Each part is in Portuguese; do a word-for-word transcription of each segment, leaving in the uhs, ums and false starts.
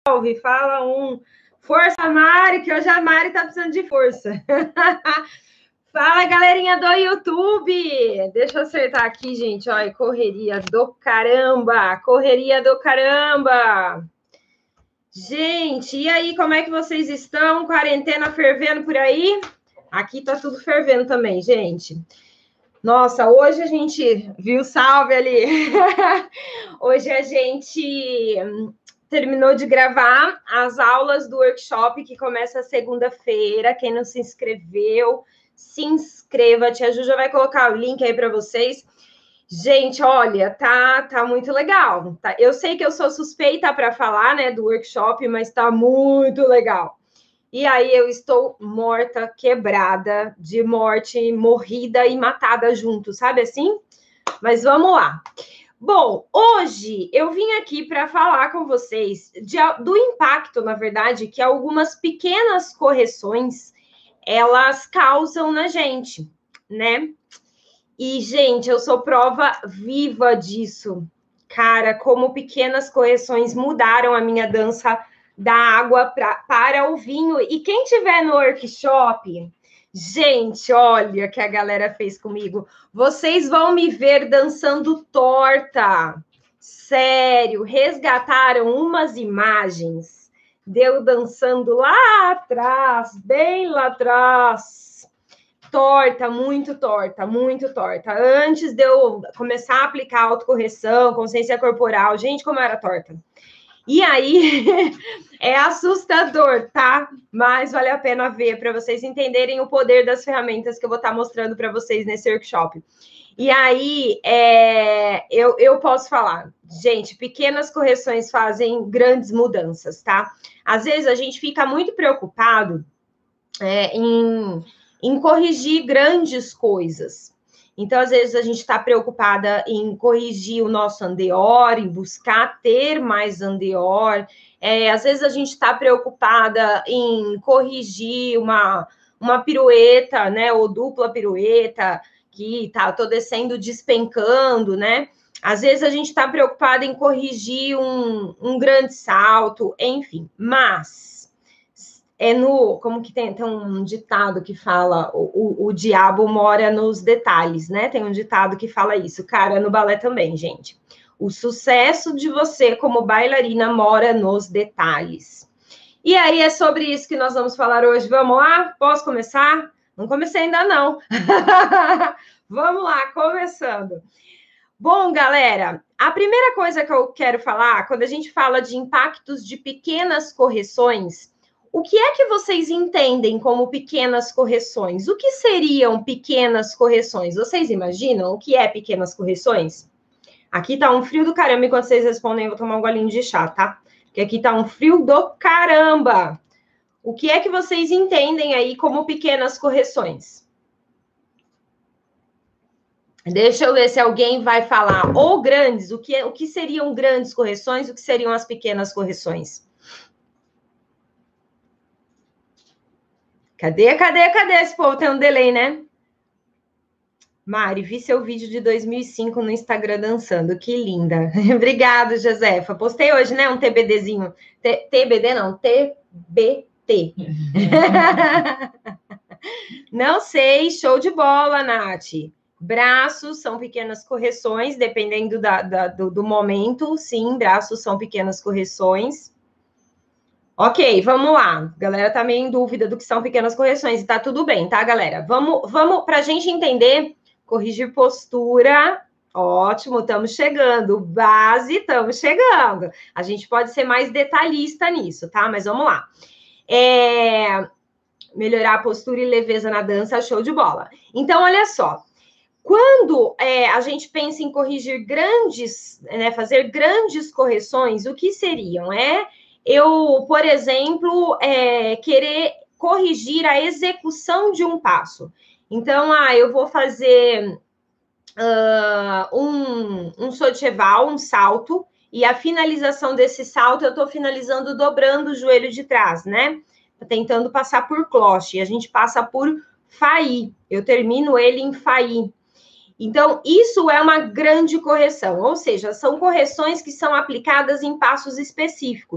salve, fala um. Força, Mari, que hoje a Mari tá precisando de força. Fala, galerinha do YouTube. Deixa eu acertar aqui, gente. Olha, correria do caramba. Correria do caramba. Gente, e aí, como é que vocês estão? Quarentena fervendo por aí? Aqui tá tudo fervendo também, gente. Nossa, hoje a gente viu, salve ali. Hoje a gente terminou de gravar as aulas do workshop que começa segunda-feira. Quem não se inscreveu, se inscreva. A Tia Ju já vai colocar o link aí para vocês. Gente, olha, tá, tá muito legal. Tá? Eu sei que eu sou suspeita para falar, né, do workshop, mas tá muito legal. E aí eu estou morta, quebrada, de morte, morrida e matada junto, sabe assim? Mas vamos lá. Bom, hoje eu vim aqui para falar com vocês de, do impacto, na verdade, que algumas pequenas correções elas causam na gente, né? E, gente, eu sou prova viva disso. Cara, como pequenas correções mudaram a minha dança da água pra, para o vinho. E quem tiver no workshop, gente, olha o que a galera fez comigo. Vocês vão me ver dançando torta. Sério, resgataram umas imagens de eu dançando lá atrás, bem lá atrás. Torta, muito torta, muito torta. Antes de eu começar a aplicar autocorreção, consciência corporal, gente, como era torta. E aí, é assustador, tá? Mas vale a pena ver para vocês entenderem o poder das ferramentas que eu vou estar mostrando para vocês nesse workshop. E aí, é, eu, eu posso falar, gente, pequenas correções fazem grandes mudanças, tá? Às vezes a gente fica muito preocupado é, em... em corrigir grandes coisas. Então, às vezes, a gente está preocupada em corrigir o nosso andeor, em buscar ter mais andeor. É, às vezes, a gente está preocupada em corrigir uma, uma pirueta, né? Ou dupla pirueta, que tá, tô descendo despencando, né? Às vezes, a gente está preocupada em corrigir um, um grande salto, enfim. Mas é no, como que tem, tem um ditado que fala, o, o, o diabo mora nos detalhes, né? Tem um ditado que fala isso, cara, no balé também, gente. O sucesso de você como bailarina mora nos detalhes. E aí é sobre isso que nós vamos falar hoje. Vamos lá? Posso começar? Não comecei ainda não. Vamos lá, começando. Bom, galera, a primeira coisa que eu quero falar, quando a gente fala de impactos de pequenas correções, o que é que vocês entendem como pequenas correções? O que seriam pequenas correções? Vocês imaginam o que é pequenas correções? Aqui tá um frio do caramba, enquanto vocês respondem, eu vou tomar um golinho de chá, tá? Porque aqui tá um frio do caramba. O que é que vocês entendem aí como pequenas correções? Deixa eu ver se alguém vai falar. Ou grandes, o que, é, o que seriam grandes correções, o que seriam as pequenas correções? Cadê, cadê, cadê esse povo? Tem um delay, né? Mari, vi seu vídeo de dois mil e cinco no Instagram dançando. Que linda. Obrigada, Josefa. Postei hoje, né? Um TBDzinho. T TBD não, T B T. Não sei, show de bola, Nath. Braços são pequenas correções, dependendo da, da, do, do momento. Sim, braços são pequenas correções. Ok, vamos lá. A galera tá meio em dúvida do que são pequenas correções. E tá tudo bem, tá, galera? Vamos, vamos para a gente entender, corrigir postura. Ótimo, estamos chegando. Base, estamos chegando. A gente pode ser mais detalhista nisso, tá? Mas vamos lá. É... Melhorar a postura e leveza na dança, show de bola. Então, olha só. Quando é, a gente pensa em corrigir grandes, né, fazer grandes correções, o que seriam? É... Eu, por exemplo, é, querer corrigir a execução de um passo. Então, ah, eu vou fazer uh, um, um saut cheval, um salto, e a finalização desse salto, eu estou finalizando dobrando o joelho de trás, né? Tentando passar por cloche. A gente passa por faí. Eu termino ele em faí. Então, isso é uma grande correção, ou seja, são correções que são aplicadas em passos específicos.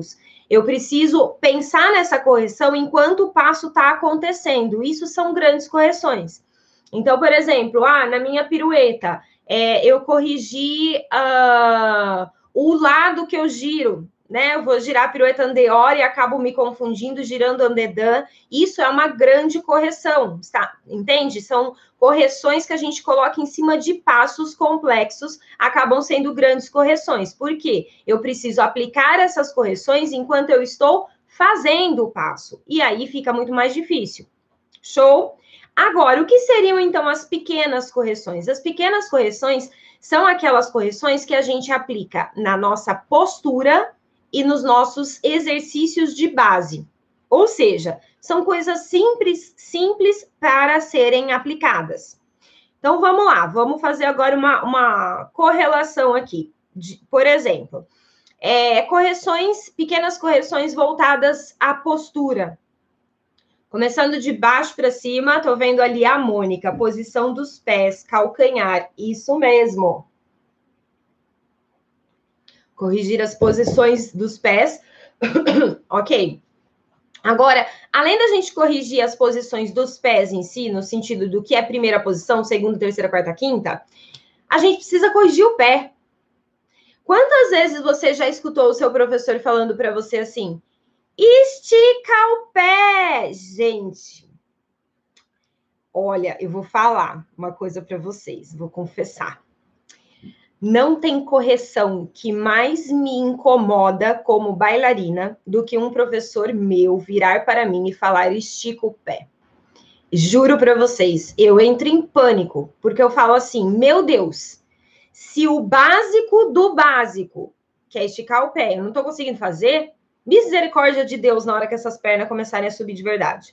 Eu preciso pensar nessa correção enquanto o passo está acontecendo. Isso são grandes correções. Então, por exemplo, ah, na minha pirueta, é, eu corrigi uh, o lado que eu giro, né? Eu vou girar a pirueta andeor e acabo me confundindo, girando andedan. Isso é uma grande correção, tá? Entende? São correções que a gente coloca em cima de passos complexos, acabam sendo grandes correções. Por quê? Eu preciso aplicar essas correções enquanto eu estou fazendo o passo. E aí fica muito mais difícil. Show? Agora, o que seriam, então, as pequenas correções? As pequenas correções são aquelas correções que a gente aplica na nossa postura e nos nossos exercícios de base. Ou seja, são coisas simples, simples para serem aplicadas. Então, vamos lá. Vamos fazer agora uma, uma correlação aqui. De, por exemplo, é, correções, pequenas correções voltadas à postura. Começando de baixo para cima, tô vendo ali a Mônica, posição dos pés, calcanhar, isso mesmo. Corrigir as posições dos pés, ok. Agora, além da gente corrigir as posições dos pés em si, no sentido do que é primeira posição, segunda, terceira, quarta, quinta, a gente precisa corrigir o pé. Quantas vezes você já escutou o seu professor falando para você assim, estica o pé, gente. Olha, eu vou falar uma coisa para vocês, vou confessar. Não tem correção que mais me incomoda como bailarina do que um professor meu virar para mim e falar estica o pé. Juro para vocês, eu entro em pânico, porque eu falo assim, meu Deus, se o básico do básico, que é esticar o pé, eu não estou conseguindo fazer, misericórdia de Deus na hora que essas pernas começarem a subir de verdade.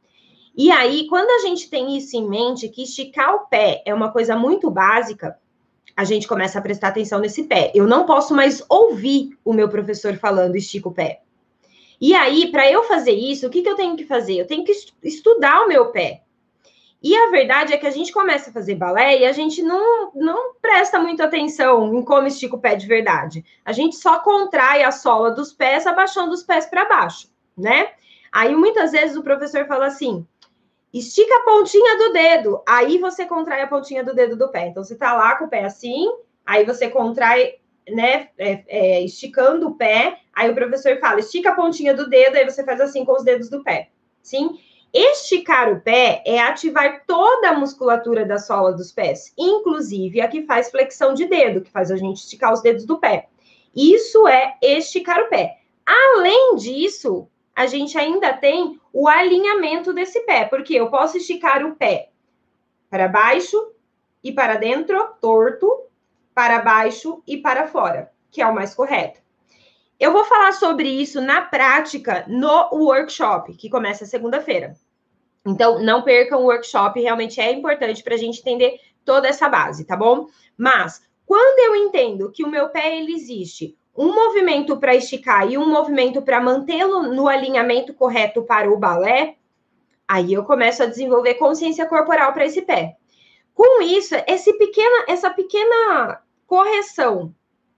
E aí, quando a gente tem isso em mente, que esticar o pé é uma coisa muito básica, a gente começa a prestar atenção nesse pé. Eu não posso mais ouvir o meu professor falando estica o pé. E aí, para eu fazer isso, o que, que eu tenho que fazer? Eu tenho que estudar o meu pé. E a verdade é que a gente começa a fazer balé e a gente não, não presta muita atenção em como estica o pé de verdade. A gente só contrai a sola dos pés, abaixando os pés para baixo, né? Aí, muitas vezes, o professor fala assim, estica a pontinha do dedo. Aí, você contrai a pontinha do dedo do pé. Então, você tá lá com o pé assim, aí você contrai, né, é, é, esticando o pé. Aí, o professor fala, estica a pontinha do dedo, aí você faz assim com os dedos do pé, sim? Esticar o pé é ativar toda a musculatura da sola dos pés, inclusive a que faz flexão de dedo, que faz a gente esticar os dedos do pé. Isso é esticar o pé. Além disso, a gente ainda tem o alinhamento desse pé, porque eu posso esticar o pé para baixo e para dentro, torto, para baixo e para fora, que é o mais correto. Eu vou falar sobre isso na prática no workshop, que começa segunda-feira. Então, não percam o workshop, realmente é importante para a gente entender toda essa base, tá bom? Mas, quando eu entendo que o meu pé, ele existe um movimento para esticar e um movimento para mantê-lo no alinhamento correto para o balé, aí eu começo a desenvolver consciência corporal para esse pé. Com isso, esse pequena, essa pequena correção,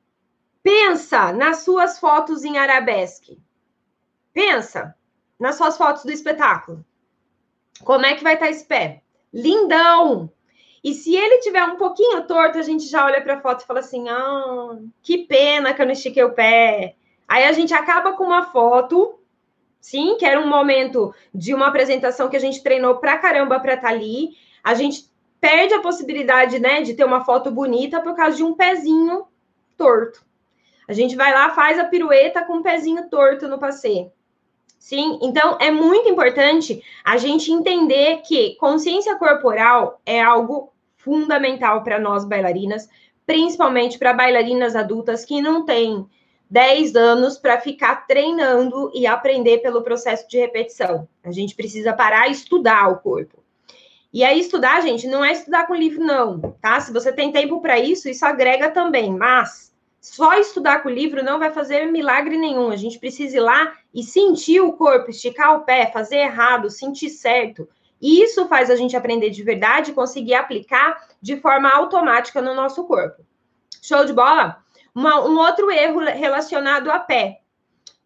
pensa nas suas fotos em arabesque. Pensa nas suas fotos do espetáculo. Como é que vai estar esse pé? Lindão! E se ele tiver um pouquinho torto, a gente já olha para a foto e fala assim, ah, que pena que eu não estiquei o pé. Aí a gente acaba com uma foto, sim, que era um momento de uma apresentação que a gente treinou pra caramba para estar ali. A gente perde a possibilidade, né, de ter uma foto bonita por causa de um pezinho torto. A gente vai lá, faz a pirueta com o pezinho torto no passê. Sim, então é muito importante a gente entender que consciência corporal é algo fundamental para nós bailarinas, principalmente para bailarinas adultas que não têm dez anos para ficar treinando e aprender pelo processo de repetição. A gente precisa parar e estudar o corpo. E aí estudar, gente, não é estudar com livro, não, tá? Se você tem tempo para isso, isso agrega também, mas só estudar com o livro não vai fazer milagre nenhum. A gente precisa ir lá e sentir o corpo, esticar o pé, fazer errado, sentir certo. E isso faz a gente aprender de verdade e conseguir aplicar de forma automática no nosso corpo. Show de bola? Uma, um outro erro relacionado a pé.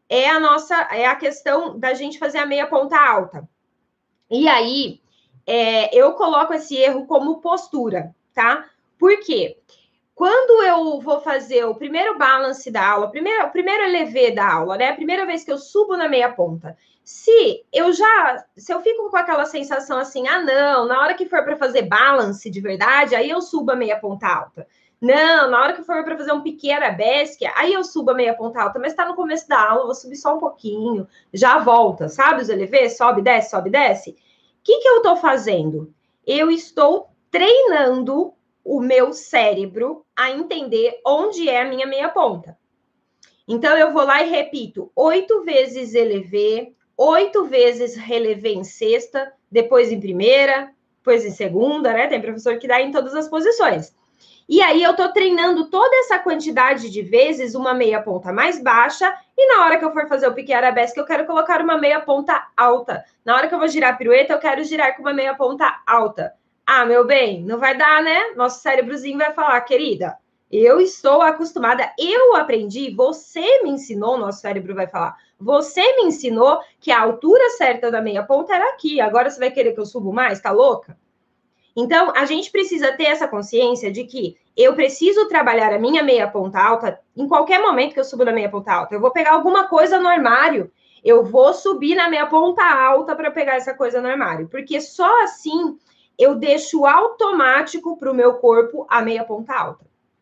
é a nossa, é a questão da gente fazer a meia ponta alta. E aí, é, eu coloco esse erro como postura, tá? Por quê? Quando eu vou fazer o primeiro balance da aula, primeiro, o primeiro elevê da aula, né? A primeira vez que eu subo na meia ponta, se eu já, se eu fico com aquela sensação assim, ah, não, na hora que for para fazer balance de verdade, aí eu subo a meia ponta alta. Não, na hora que for para fazer um piqué arabesque, aí eu subo a meia ponta alta, mas está no começo da aula, eu vou subir só um pouquinho, já volta, sabe os elevês? Sobe, desce, sobe, desce. O que, que eu estou fazendo? Eu estou treinando o meu cérebro a entender onde é a minha meia ponta. Então, eu vou lá e repito, oito vezes elevê, oito vezes relevê em sexta, depois em primeira, depois em segunda, né? Tem professor que dá em todas as posições. E aí, eu tô treinando toda essa quantidade de vezes uma meia ponta mais baixa, e na hora que eu for fazer o piqué arabesque, eu quero colocar uma meia ponta alta. Na hora que eu vou girar a pirueta, eu quero girar com uma meia ponta alta. Ah, meu bem, não vai dar, né? Nosso cérebrozinho vai falar, querida, eu estou acostumada, eu aprendi, você me ensinou, nosso cérebro vai falar, você me ensinou que a altura certa da meia ponta era aqui, agora você vai querer que eu subo mais? Tá louca? Então, a gente precisa ter essa consciência de que eu preciso trabalhar a minha meia ponta alta em qualquer momento que eu subo na meia ponta alta. Eu vou pegar alguma coisa no armário, eu vou subir na meia ponta alta para pegar essa coisa no armário, porque só assim eu deixo automático para o meu corpo a meia ponta alta.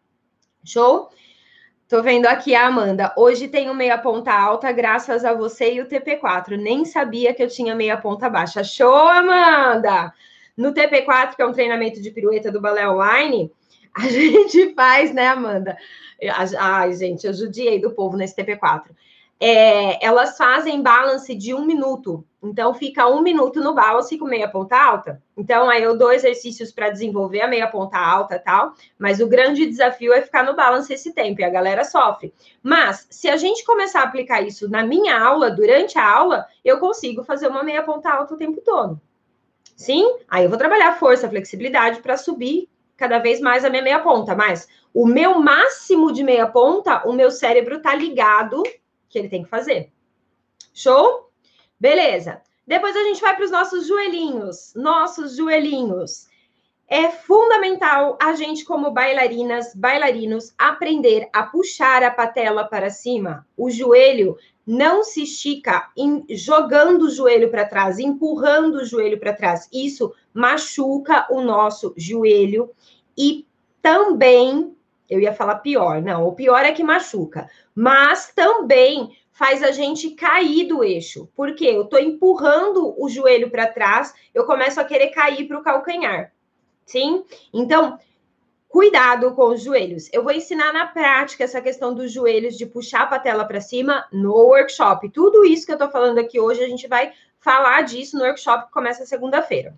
Show? Tô vendo aqui a Amanda. Hoje tenho meia ponta alta graças a você e o T P quatro. Nem sabia que eu tinha meia ponta baixa. Show, Amanda! No T P quatro, que é um treinamento de pirueta do Balé Online, a gente faz, né, Amanda? Ai, gente, eu judiei do povo nesse T P quatro. É, elas fazem balance de um minuto. Então, fica um minuto no balance com meia ponta alta. Então, aí eu dou exercícios para desenvolver a meia ponta alta e tal. Mas o grande desafio é ficar no balance esse tempo. E a galera sofre. Mas, se a gente começar a aplicar isso na minha aula, durante a aula, eu consigo fazer uma meia ponta alta o tempo todo. Sim? Aí eu vou trabalhar força, flexibilidade para subir cada vez mais a minha meia ponta. Mas o meu máximo de meia ponta, o meu cérebro tá ligado que ele tem que fazer. Show? Beleza. Depois a gente vai para os nossos joelhinhos. Nossos joelhinhos. É fundamental a gente, como bailarinas, bailarinos, aprender a puxar a patela para cima. O joelho não se estica em, jogando o joelho para trás, empurrando o joelho para trás. Isso machuca o nosso joelho e também, eu ia falar pior, não, o pior é que machuca, mas também faz a gente cair do eixo. Por quê? Eu tô empurrando o joelho para trás, eu começo a querer cair para o calcanhar. Sim? Então, cuidado com os joelhos. Eu vou ensinar na prática essa questão dos joelhos, de puxar a patela para cima no workshop. Tudo isso que eu tô falando aqui hoje, a gente vai falar disso no workshop que começa segunda-feira.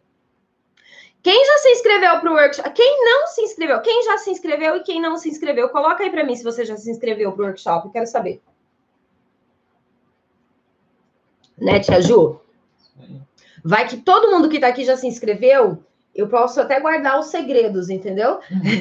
Quem já se inscreveu para o workshop? Quem não se inscreveu? Quem já se inscreveu e quem não se inscreveu? Coloca aí para mim se você já se inscreveu para o workshop. Eu quero saber. Né, tia Ju? Vai que todo mundo que tá aqui já se inscreveu. Eu posso até guardar os segredos, entendeu?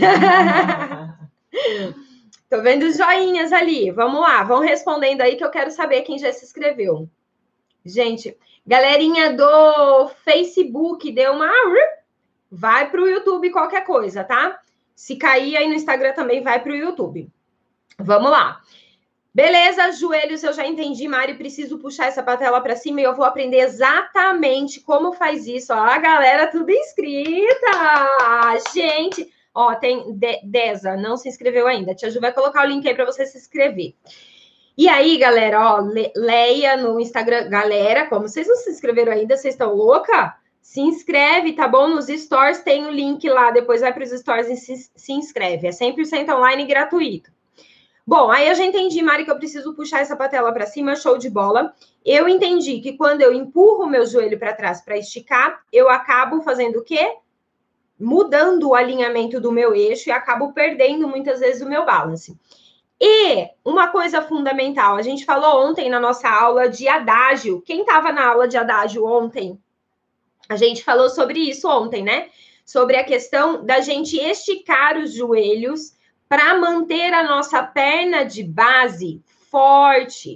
Tô vendo os joinhas ali. Vamos lá, vão respondendo aí que eu quero saber quem já se inscreveu. Gente, galerinha do Facebook, deu uma... Vai para o YouTube qualquer coisa, tá? Se cair aí no Instagram também, vai para o YouTube. Vamos lá. Beleza, joelhos, eu já entendi, Mari, preciso puxar essa patela para cima e eu vou aprender exatamente como faz isso. Ó, a galera tudo inscrita! Gente, ó, tem De Deza, não se inscreveu ainda. A Tia Ju vai colocar o link aí para você se inscrever. E aí, galera, ó, Le Leia no Instagram. Galera, como vocês não se inscreveram ainda, vocês estão louca? Se inscreve, tá bom? Nos stories tem o link lá, depois vai para os stories e se, se inscreve. É cem por cento online e gratuito. Bom, aí eu já entendi, Mari, que eu preciso puxar essa patela para cima, show de bola. Eu entendi que quando eu empurro o meu joelho para trás para esticar, eu acabo fazendo o quê? Mudando o alinhamento do meu eixo e acabo perdendo muitas vezes o meu balance. E uma coisa fundamental, a gente falou ontem na nossa aula de adágio. Quem estava na aula de adágio ontem? A gente falou sobre isso ontem, né? Sobre a questão da gente esticar os joelhos para manter a nossa perna de base forte.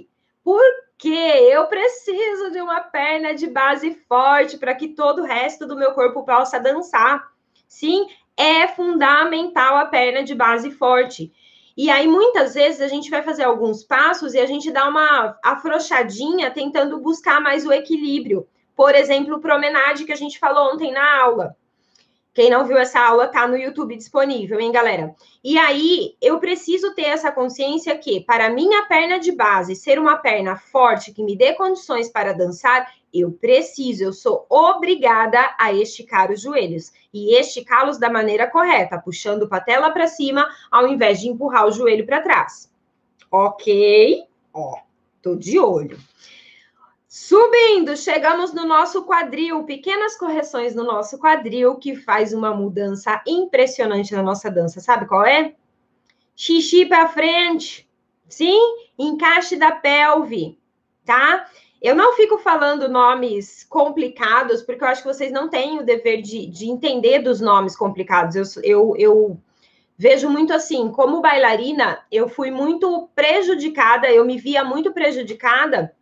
Porque eu preciso de uma perna de base forte para que todo o resto do meu corpo possa dançar. Sim, é fundamental a perna de base forte. E aí, muitas vezes, a gente vai fazer alguns passos e a gente dá uma afrouxadinha tentando buscar mais o equilíbrio. Por exemplo, o promenade que a gente falou ontem na aula. Quem não viu essa aula tá no YouTube disponível, hein, galera? E aí, eu preciso ter essa consciência que, para a minha perna de base ser uma perna forte, que me dê condições para dançar, eu preciso, eu sou obrigada a esticar os joelhos. E esticá-los da maneira correta, puxando patela para cima, ao invés de empurrar o joelho para trás. Ok? Ó, tô de olho. Subindo, chegamos no nosso quadril, pequenas correções no nosso quadril, que faz uma mudança impressionante na nossa dança. Sabe qual é? Xixi para frente, sim? Encaixe da pelve, tá? Eu não fico falando nomes complicados, porque eu acho que vocês não têm o dever de, de entender dos nomes complicados. Eu, eu, eu vejo muito assim, como bailarina, eu fui muito prejudicada, eu me via muito prejudicada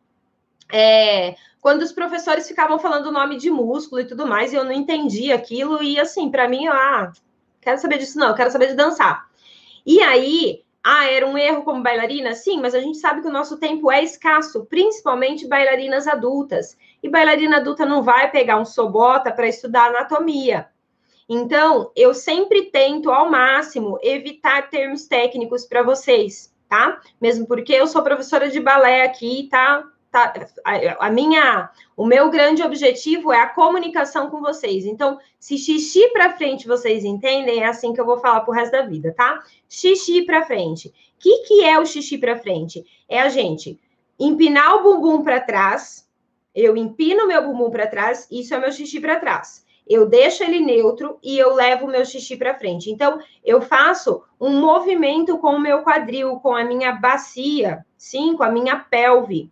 É, quando os professores ficavam falando o nome de músculo e tudo mais, e eu não entendia aquilo, e assim, para mim, ah, quero saber disso não, eu quero saber de dançar. E aí, ah, era um erro como bailarina? Sim, mas a gente sabe que o nosso tempo é escasso, principalmente bailarinas adultas. E bailarina adulta não vai pegar um sobota para estudar anatomia. Então, eu sempre tento, ao máximo, evitar termos técnicos para vocês, tá? Mesmo porque eu sou professora de balé aqui, tá? Tá, a, a minha, o meu grande objetivo é a comunicação com vocês. Então, se xixi para frente vocês entendem, é assim que eu vou falar pro resto da vida, tá? Xixi para frente. O que, que é o xixi para frente? É a gente empinar o bumbum para trás. Eu empino meu bumbum para trás, isso é meu xixi para trás. Eu deixo ele neutro e eu levo o meu xixi para frente. Então, eu faço um movimento com o meu quadril, com a minha bacia, sim, com a minha pelve.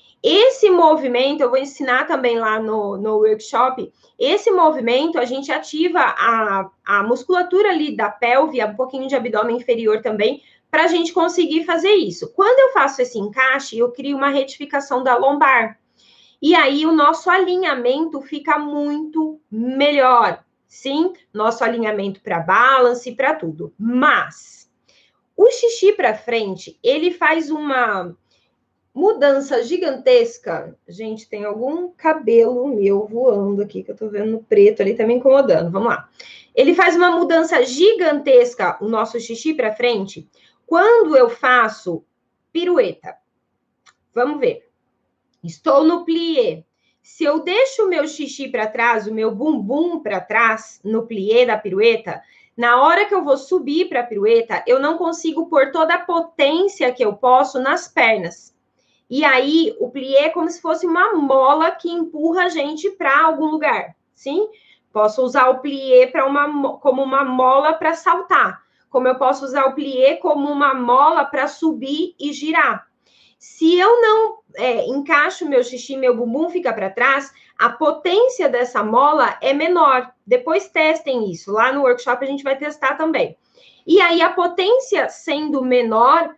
Esse movimento, eu vou ensinar também lá no, no workshop, esse movimento a gente ativa a, a musculatura ali da pelve, um pouquinho de abdômen inferior também, para a gente conseguir fazer isso. Quando eu faço esse encaixe, eu crio uma retificação da lombar. E aí o nosso alinhamento fica muito melhor, sim? Nosso alinhamento para balance, para tudo. Mas o xixi para frente, ele faz uma mudança gigantesca. Gente, tem algum cabelo meu voando aqui, que eu tô vendo no preto ali, tá me incomodando. Vamos lá. Ele faz uma mudança gigantesca, o nosso xixi para frente, quando eu faço pirueta. Vamos ver. Estou no plié. Se eu deixo o meu xixi para trás, o meu bumbum para trás, no plié da pirueta, na hora que eu vou subir para a pirueta, eu não consigo pôr toda a potência que eu posso nas pernas. E aí, o plié é como se fosse uma mola que empurra a gente para algum lugar, sim? Posso usar o plié para uma, como uma mola para saltar, como eu posso usar o plié como uma mola para subir e girar. Se eu não é, encaixo meu xixi, meu bumbum fica para trás, a potência dessa mola é menor. Depois testem isso. Lá no workshop a gente vai testar também. E aí, a potência sendo menor,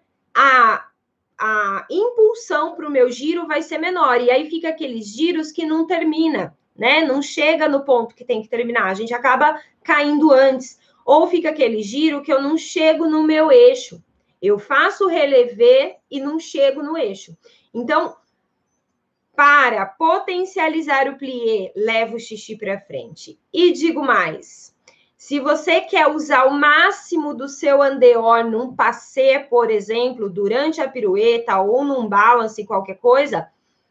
a a impulsão para o meu giro vai ser menor. E aí fica aqueles giros que não termina, né? Não chega no ponto que tem que terminar. A gente acaba caindo antes. Ou fica aquele giro que eu não chego no meu eixo. Eu faço o relevé e não chego no eixo. Então, para potencializar o plié, levo o xixi para frente. E digo mais. Se você quer usar o máximo do seu andeor num passé, por exemplo, durante a pirueta ou num balance, qualquer coisa,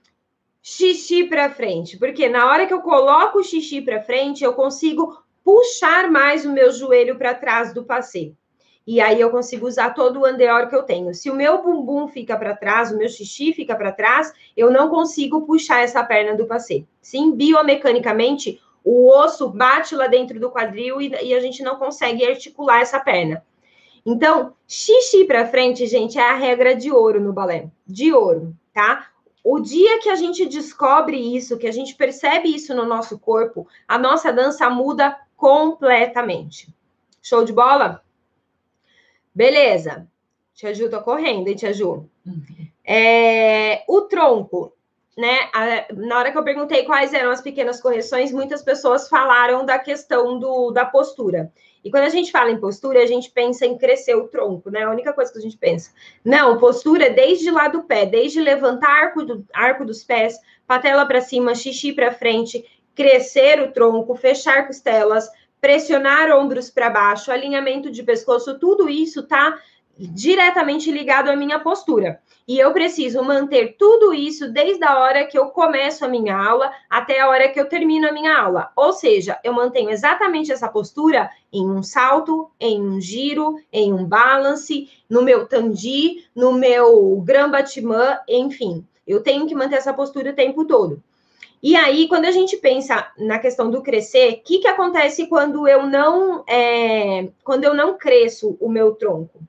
xixi para frente. Porque na hora que eu coloco o xixi para frente, eu consigo puxar mais o meu joelho para trás do passé. E aí eu consigo usar todo o andeor que eu tenho. Se o meu bumbum fica para trás, o meu xixi fica para trás, eu não consigo puxar essa perna do passé. Sim, biomecanicamente, o osso bate lá dentro do quadril e, e a gente não consegue articular essa perna. Então, xixi para frente, gente, é a regra de ouro no balé. De ouro, tá? O dia que a gente descobre isso, que a gente percebe isso no nosso corpo, a nossa dança muda completamente. Show de bola? Beleza. Tia Ju, tô correndo, hein, Tia Ju? É, o tronco, né? Na hora que eu perguntei quais eram as pequenas correções, muitas pessoas falaram da questão do, da postura. E quando a gente fala em postura, a gente pensa em crescer o tronco, né? A única coisa que a gente pensa. Não, postura é desde lá do pé, desde levantar arco, do, arco dos pés, patela para cima, xixi para frente, crescer o tronco, fechar costelas, pressionar ombros para baixo, alinhamento de pescoço, tudo isso tá diretamente ligado à minha postura. E eu preciso manter tudo isso desde a hora que eu começo a minha aula até a hora que eu termino a minha aula. Ou seja, eu mantenho exatamente essa postura em um salto, em um giro, em um balance, no meu tandi, no meu grand batiment, enfim. Eu tenho que manter essa postura o tempo todo. E aí, quando a gente pensa na questão do crescer, o que, que acontece quando eu não é, quando eu não cresço o meu tronco?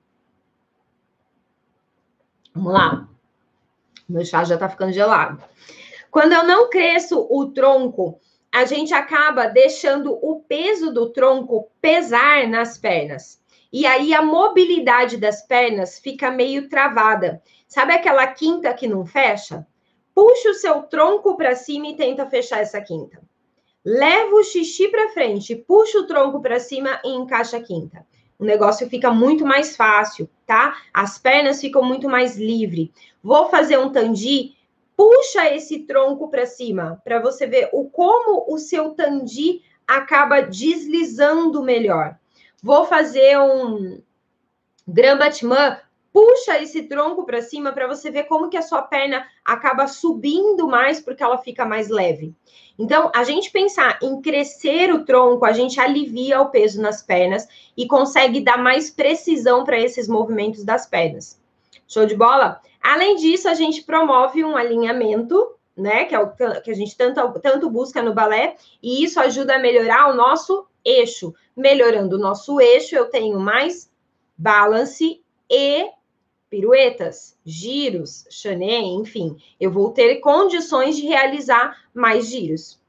Vamos lá. Meu chá já tá ficando gelado. Quando eu não cresço o tronco, a gente acaba deixando o peso do tronco pesar nas pernas. E aí a mobilidade das pernas fica meio travada. Sabe aquela quinta que não fecha? Puxa o seu tronco para cima e tenta fechar essa quinta. Leva o xixi para frente, puxa o tronco para cima e encaixa a quinta. O negócio fica muito mais fácil, tá? As pernas ficam muito mais livres. Vou fazer um tandi, puxa esse tronco para cima, para você ver o como o seu tandi acaba deslizando melhor. Vou fazer um grand battement, puxa esse tronco para cima para você ver como que a sua perna acaba subindo mais porque ela fica mais leve. Então, a gente pensar em crescer o tronco, a gente alivia o peso nas pernas e consegue dar mais precisão para esses movimentos das pernas. Show de bola? Além disso, a gente promove um alinhamento, né, que é o que a gente tanto, tanto busca no balé, e isso ajuda a melhorar o nosso eixo. Melhorando o nosso eixo, eu tenho mais balance e piruetas, giros, chané, enfim, eu vou ter condições de realizar mais giros,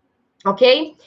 ok?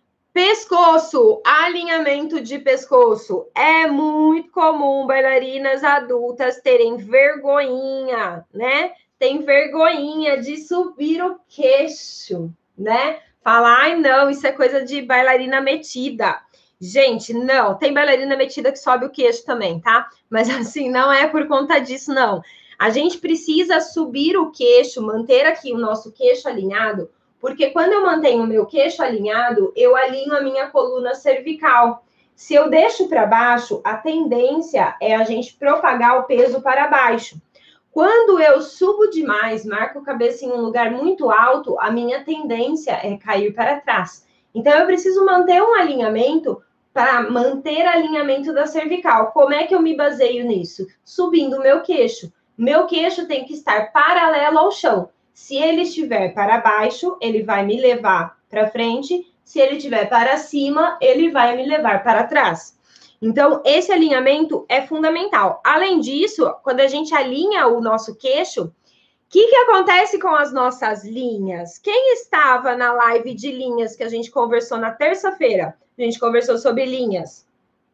Pescoço, alinhamento de pescoço. É muito comum bailarinas adultas terem vergonhinha, né? Tem vergonhinha de subir o queixo, né? Falar, ai não, isso é coisa de bailarina metida. Gente, não, tem bailarina metida que sobe o queixo também, tá? Mas assim, não é por conta disso, não. A gente precisa subir o queixo, manter aqui o nosso queixo alinhado, porque quando eu mantenho o meu queixo alinhado, eu alinho a minha coluna cervical. Se eu deixo para baixo, a tendência é a gente propagar o peso para baixo. Quando eu subo demais, marco a cabeça em um lugar muito alto, a minha tendência é cair para trás. Então, eu preciso manter um alinhamento para manter alinhamento da cervical. Como é que eu me baseio nisso? Subindo o meu queixo. Meu queixo tem que estar paralelo ao chão. Se ele estiver para baixo, ele vai me levar para frente. Se ele estiver para cima, ele vai me levar para trás. Então, esse alinhamento é fundamental. Além disso, quando a gente alinha o nosso queixo, o que, que acontece com as nossas linhas? Quem estava na live de linhas que a gente conversou na terça-feira? A gente conversou sobre linhas.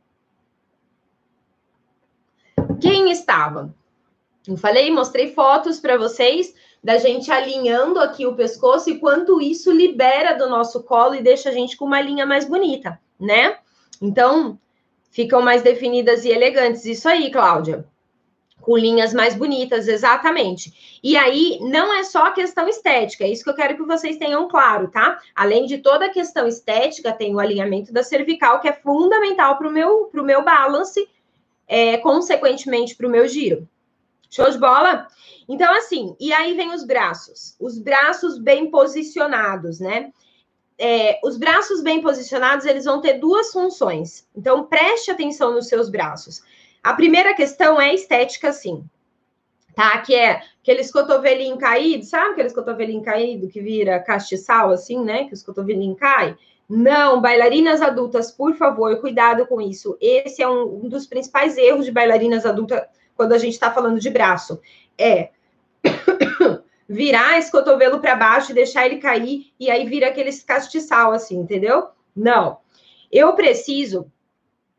Quem estava? Eu falei, mostrei fotos para vocês da gente alinhando aqui o pescoço e quanto isso libera do nosso colo e deixa a gente com uma linha mais bonita, né? Então, ficam mais definidas e elegantes. Isso aí, Cláudia. Com linhas mais bonitas, exatamente. E aí, não é só a questão estética, é isso que eu quero que vocês tenham claro, tá? Além de toda a questão estética, tem o alinhamento da cervical, que é fundamental para o meu, pro meu balance, é, consequentemente para o meu giro. Show de bola? Então, assim, e aí vem os braços. Os braços bem posicionados, né? É, os braços bem posicionados, eles vão ter duas funções. Então, preste atenção nos seus braços. A primeira questão é estética, sim. Tá? Que é aqueles cotovelinhos caídos, sabe aqueles cotovelinhos caídos que vira castiçal, assim, né? Que os cotovelinhos caem? Não, bailarinas adultas, por favor, cuidado com isso. Esse é um, um dos principais erros de bailarinas adultas quando a gente está falando de braço. É virar esse cotovelo para baixo e deixar ele cair, e aí vira aquele castiçal, assim, entendeu? Não. Eu preciso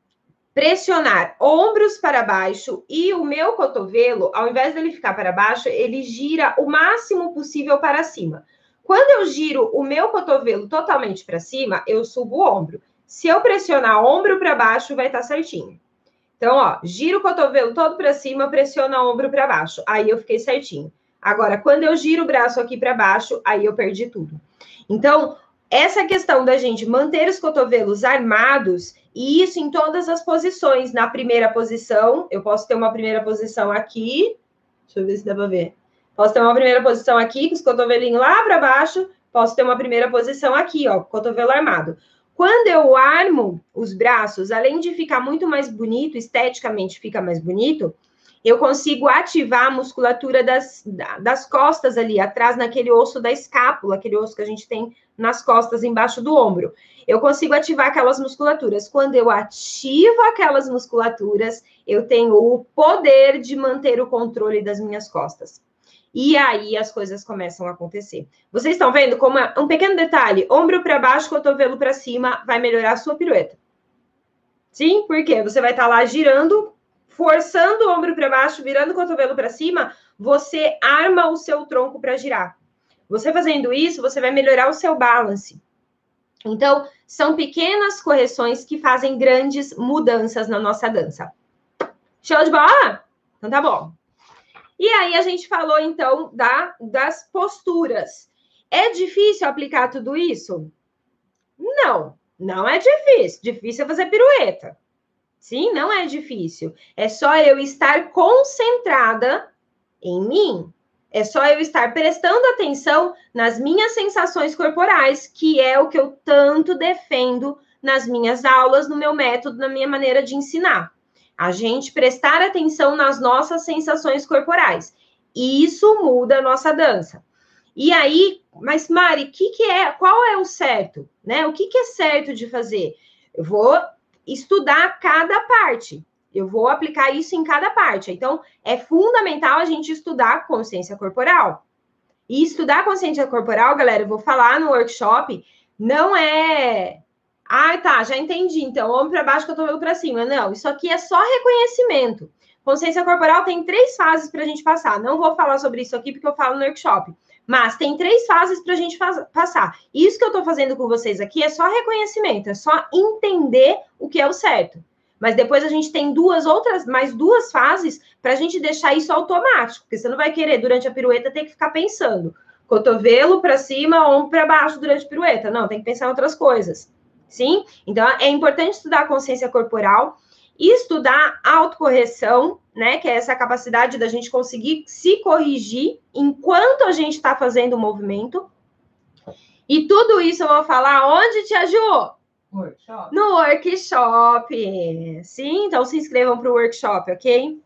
pressionar ombros para baixo e o meu cotovelo, ao invés dele ficar para baixo, ele gira o máximo possível para cima. Quando eu giro o meu cotovelo totalmente para cima, eu subo o ombro. Se eu pressionar ombro para baixo, vai estar certinho. Então, ó, giro o cotovelo todo para cima, pressiona ombro para baixo. Aí eu fiquei certinho. Agora, quando eu giro o braço aqui para baixo, aí eu perdi tudo. Então, essa questão da gente manter os cotovelos armados, e isso em todas as posições. Na primeira posição, eu posso ter uma primeira posição aqui. Deixa eu ver se dá para ver. Posso ter uma primeira posição aqui, com os cotovelinhos lá para baixo. Posso ter uma primeira posição aqui, ó, cotovelo armado. Quando eu armo os braços, além de ficar muito mais bonito, esteticamente fica mais bonito, eu consigo ativar a musculatura das, das costas ali, atrás naquele osso da escápula, aquele osso que a gente tem nas costas, embaixo do ombro. Eu consigo ativar aquelas musculaturas. Quando eu ativo aquelas musculaturas, eu tenho o poder de manter o controle das minhas costas. E aí as coisas começam a acontecer. Vocês estão vendo como é um pequeno detalhe, ombro para baixo, cotovelo para cima, vai melhorar a sua pirueta. Sim, porque você vai estar lá girando, forçando o ombro para baixo, virando o cotovelo para cima, você arma o seu tronco para girar. Você fazendo isso, você vai melhorar o seu balance. Então, são pequenas correções que fazem grandes mudanças na nossa dança. Show de bola? Então tá bom. E aí a gente falou, então, da, das posturas. É difícil aplicar tudo isso? Não, não é difícil. Difícil é fazer pirueta. Sim, não é difícil. É só eu estar concentrada em mim. É só eu estar prestando atenção nas minhas sensações corporais, que é o que eu tanto defendo nas minhas aulas, no meu método, na minha maneira de ensinar. A gente prestar atenção nas nossas sensações corporais. E isso muda a nossa dança. E aí, mas Mari, que que é, qual é o certo? Né? O que, que é certo de fazer? Eu vou estudar cada parte. Eu vou aplicar isso em cada parte. Então, é fundamental a gente estudar consciência corporal. E estudar consciência corporal, galera, eu vou falar no workshop, não é... Ah, tá, já entendi. Então, ombro para baixo, cotovelo para cima. Não, isso aqui é só reconhecimento. Consciência corporal tem três fases para a gente passar. Não vou falar sobre isso aqui porque eu falo no workshop. Mas tem três fases para a gente passar. Isso que eu estou fazendo com vocês aqui é só reconhecimento, é só entender o que é o certo. Mas depois a gente tem duas outras, mais duas fases para a gente deixar isso automático, porque você não vai querer, durante a pirueta, ter que ficar pensando. Cotovelo para cima, ombro para baixo durante a pirueta. Não, tem que pensar em outras coisas. Sim? Então, é importante estudar a consciência corporal e estudar a autocorreção, né? Que é essa capacidade da gente conseguir se corrigir enquanto a gente está fazendo o movimento. E tudo isso eu vou falar onde, Tia Ju? Workshop. No workshop. Sim, então se inscrevam para o workshop, ok?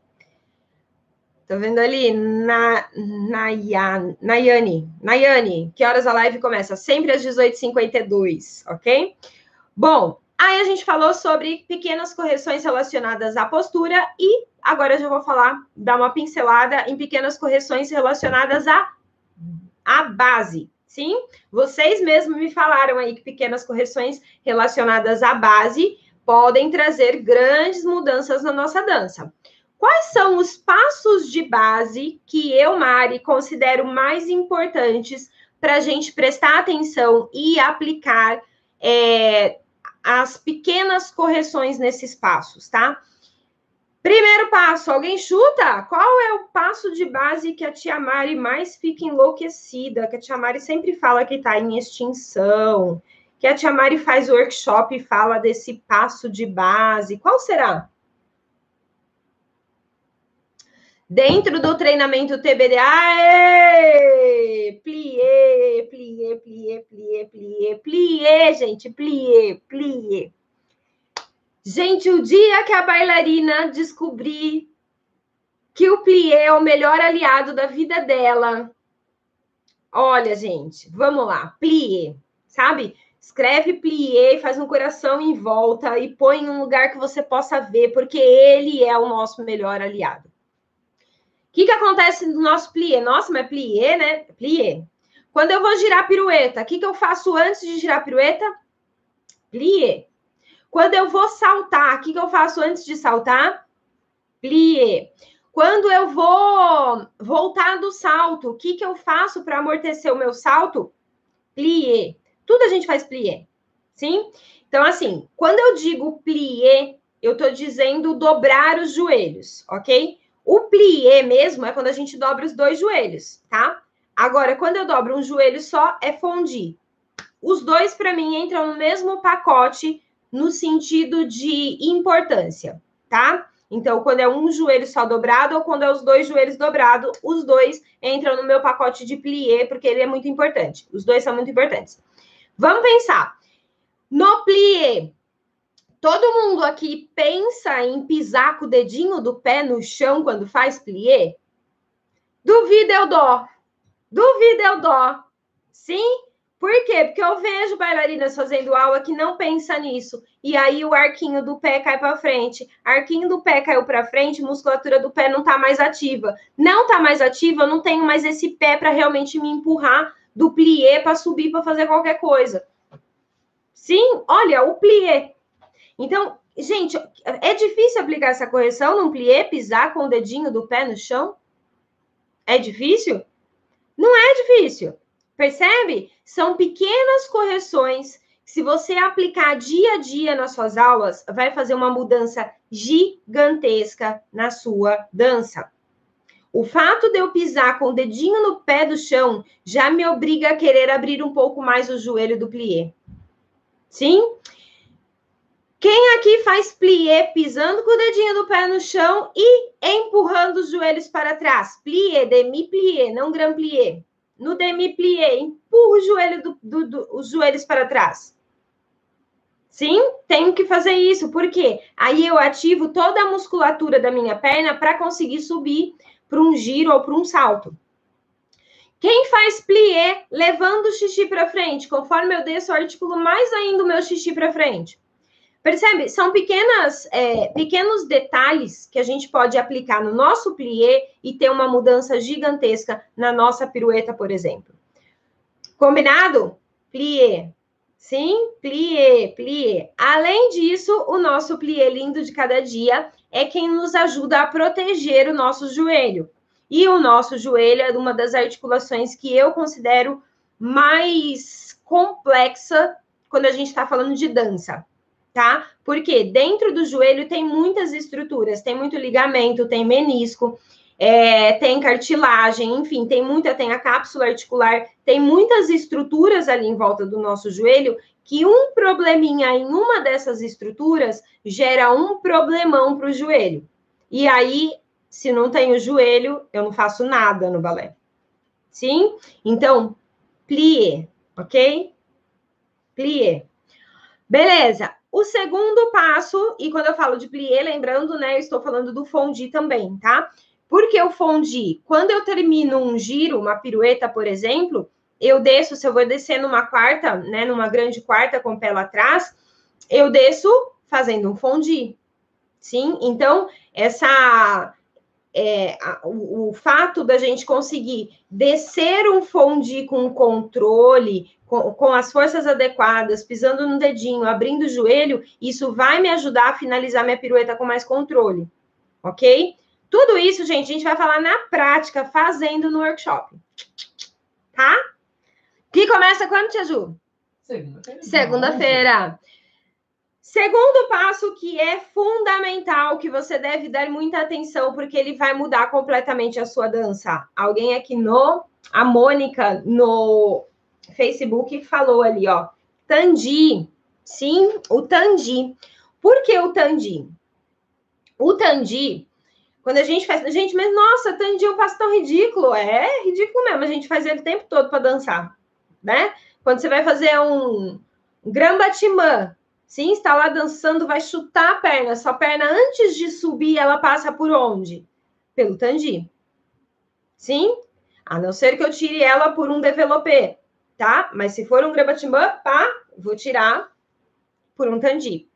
Tô vendo ali, na, Nayan, Nayane. Nayane, que horas a live começa? Sempre às dezoito e cinquenta e dois, ok? Bom, aí a gente falou sobre pequenas correções relacionadas à postura e agora eu já vou falar, dar uma pincelada em pequenas correções relacionadas à, à base, sim? Vocês mesmos me falaram aí que pequenas correções relacionadas à base podem trazer grandes mudanças na nossa dança. Quais são os passos de base que eu, Mari, considero mais importantes para a gente prestar atenção e aplicar é, as pequenas correções nesses passos, tá? Primeiro passo, alguém chuta? Qual é o passo de base que a tia Mari mais fica enlouquecida? Que a tia Mari sempre fala que está em extinção, que a tia Mari faz workshop e fala desse passo de base. Qual será? Dentro do treinamento T B D A, é... plié, plié, plié, plié, plié, plié, gente, plié, plié. Gente, o dia que a bailarina descobrir que o plié é o melhor aliado da vida dela, olha, gente, vamos lá, plié, sabe? Escreve plié, faz um coração em volta e põe em um lugar que você possa ver, porque ele é o nosso melhor aliado. O que, que acontece no nosso plié? Nossa, mas plié, né? Plié. Quando eu vou girar a pirueta, o que, que eu faço antes de girar a pirueta? Plié. Quando eu vou saltar, o que, que eu faço antes de saltar? Plié. Quando eu vou voltar do salto, o que, que eu faço para amortecer o meu salto? Plié. Tudo a gente faz plié, sim? Então, assim, quando eu digo plié, eu estou dizendo dobrar os joelhos, ok? O plié mesmo é quando a gente dobra os dois joelhos, tá? Agora, quando eu dobro um joelho só, é fondue. Os dois, para mim, entram no mesmo pacote no sentido de importância, tá? Então, quando é um joelho só dobrado ou quando é os dois joelhos dobrados, os dois entram no meu pacote de plié, porque ele é muito importante. Os dois são muito importantes. Vamos pensar. No plié, todo mundo aqui pensa em pisar com o dedinho do pé no chão quando faz plié? Duvido eu dó. Duvido eu dó. Sim? Por quê? Porque eu vejo bailarinas fazendo aula que não pensa nisso. E aí o arquinho do pé cai para frente. Arquinho do pé caiu para frente, musculatura do pé não está mais ativa. Não está mais ativa, eu não tenho mais esse pé para realmente me empurrar do plié para subir para fazer qualquer coisa. Sim, olha, o plié. Então, gente, é difícil aplicar essa correção num plié, pisar com o dedinho do pé no chão? É difícil? Não é difícil. Percebe? São pequenas correções que, se você aplicar dia a dia nas suas aulas, vai fazer uma mudança gigantesca na sua dança. O fato de eu pisar com o dedinho no pé do chão já me obriga a querer abrir um pouco mais o joelho do plié. Sim? Quem aqui faz plié pisando com o dedinho do pé no chão e empurrando os joelhos para trás? Plié, demi-plié, não grand plié. No demi-plié, empurra o joelho do, do, do, os joelhos para trás. Sim, tenho que fazer isso. Por quê? Aí eu ativo toda a musculatura da minha perna para conseguir subir para um giro ou para um salto. Quem faz plié levando o xixi para frente? Conforme eu desço, eu articulo mais ainda o meu xixi para frente. Percebe? São pequenas, é, pequenos detalhes que a gente pode aplicar no nosso plié e ter uma mudança gigantesca na nossa pirueta, por exemplo. Combinado? Plié. Sim? Plié, plié. Além disso, o nosso plié lindo de cada dia é quem nos ajuda a proteger o nosso joelho. E o nosso joelho é uma das articulações que eu considero mais complexa quando a gente está falando de dança. Tá? Porque dentro do joelho tem muitas estruturas, tem muito ligamento, tem menisco, é, tem cartilagem, enfim, tem muita, tem a cápsula articular, tem muitas estruturas ali em volta do nosso joelho, que um probleminha em uma dessas estruturas gera um problemão para o joelho. E aí, se não tem o joelho, eu não faço nada no balé. Sim? Então, plié, ok? Plié. Beleza. O segundo passo, e quando eu falo de plié, lembrando, né, eu estou falando do fondue também, tá? Porque o fondue, quando eu termino um giro, uma pirueta, por exemplo, eu desço, se eu vou descer numa quarta, né, numa grande quarta com o pé lá atrás, eu desço fazendo um fondue, sim? Então, essa... É, a, o, o fato da gente conseguir descer um fondue com controle, com, com as forças adequadas, pisando no dedinho, abrindo o joelho, isso vai me ajudar a finalizar minha pirueta com mais controle, ok? Tudo isso, gente, a gente vai falar na prática, fazendo no workshop, tá? Que começa quando, Tia Ju? Segunda-feira. Segunda-feira. Segundo passo que é fundamental, que você deve dar muita atenção, porque ele vai mudar completamente a sua dança. Alguém aqui no... A Mônica, no Facebook, falou ali, ó. Tandi. Sim, o Tandi. Por que o Tandi? O Tandi, quando a gente faz... Gente, mas nossa, Tandi é um passo tão ridículo. É ridículo mesmo, a gente faz ele o tempo todo para dançar, né? Quando você vai fazer um Grand Batiment, sim, está lá dançando, vai chutar a perna. Sua perna, antes de subir, ela passa por onde? Pelo tandi. Sim? A não ser que eu tire ela por um développé, tá? Mas se for um Grand Batiment, pá, vou tirar por um tandi.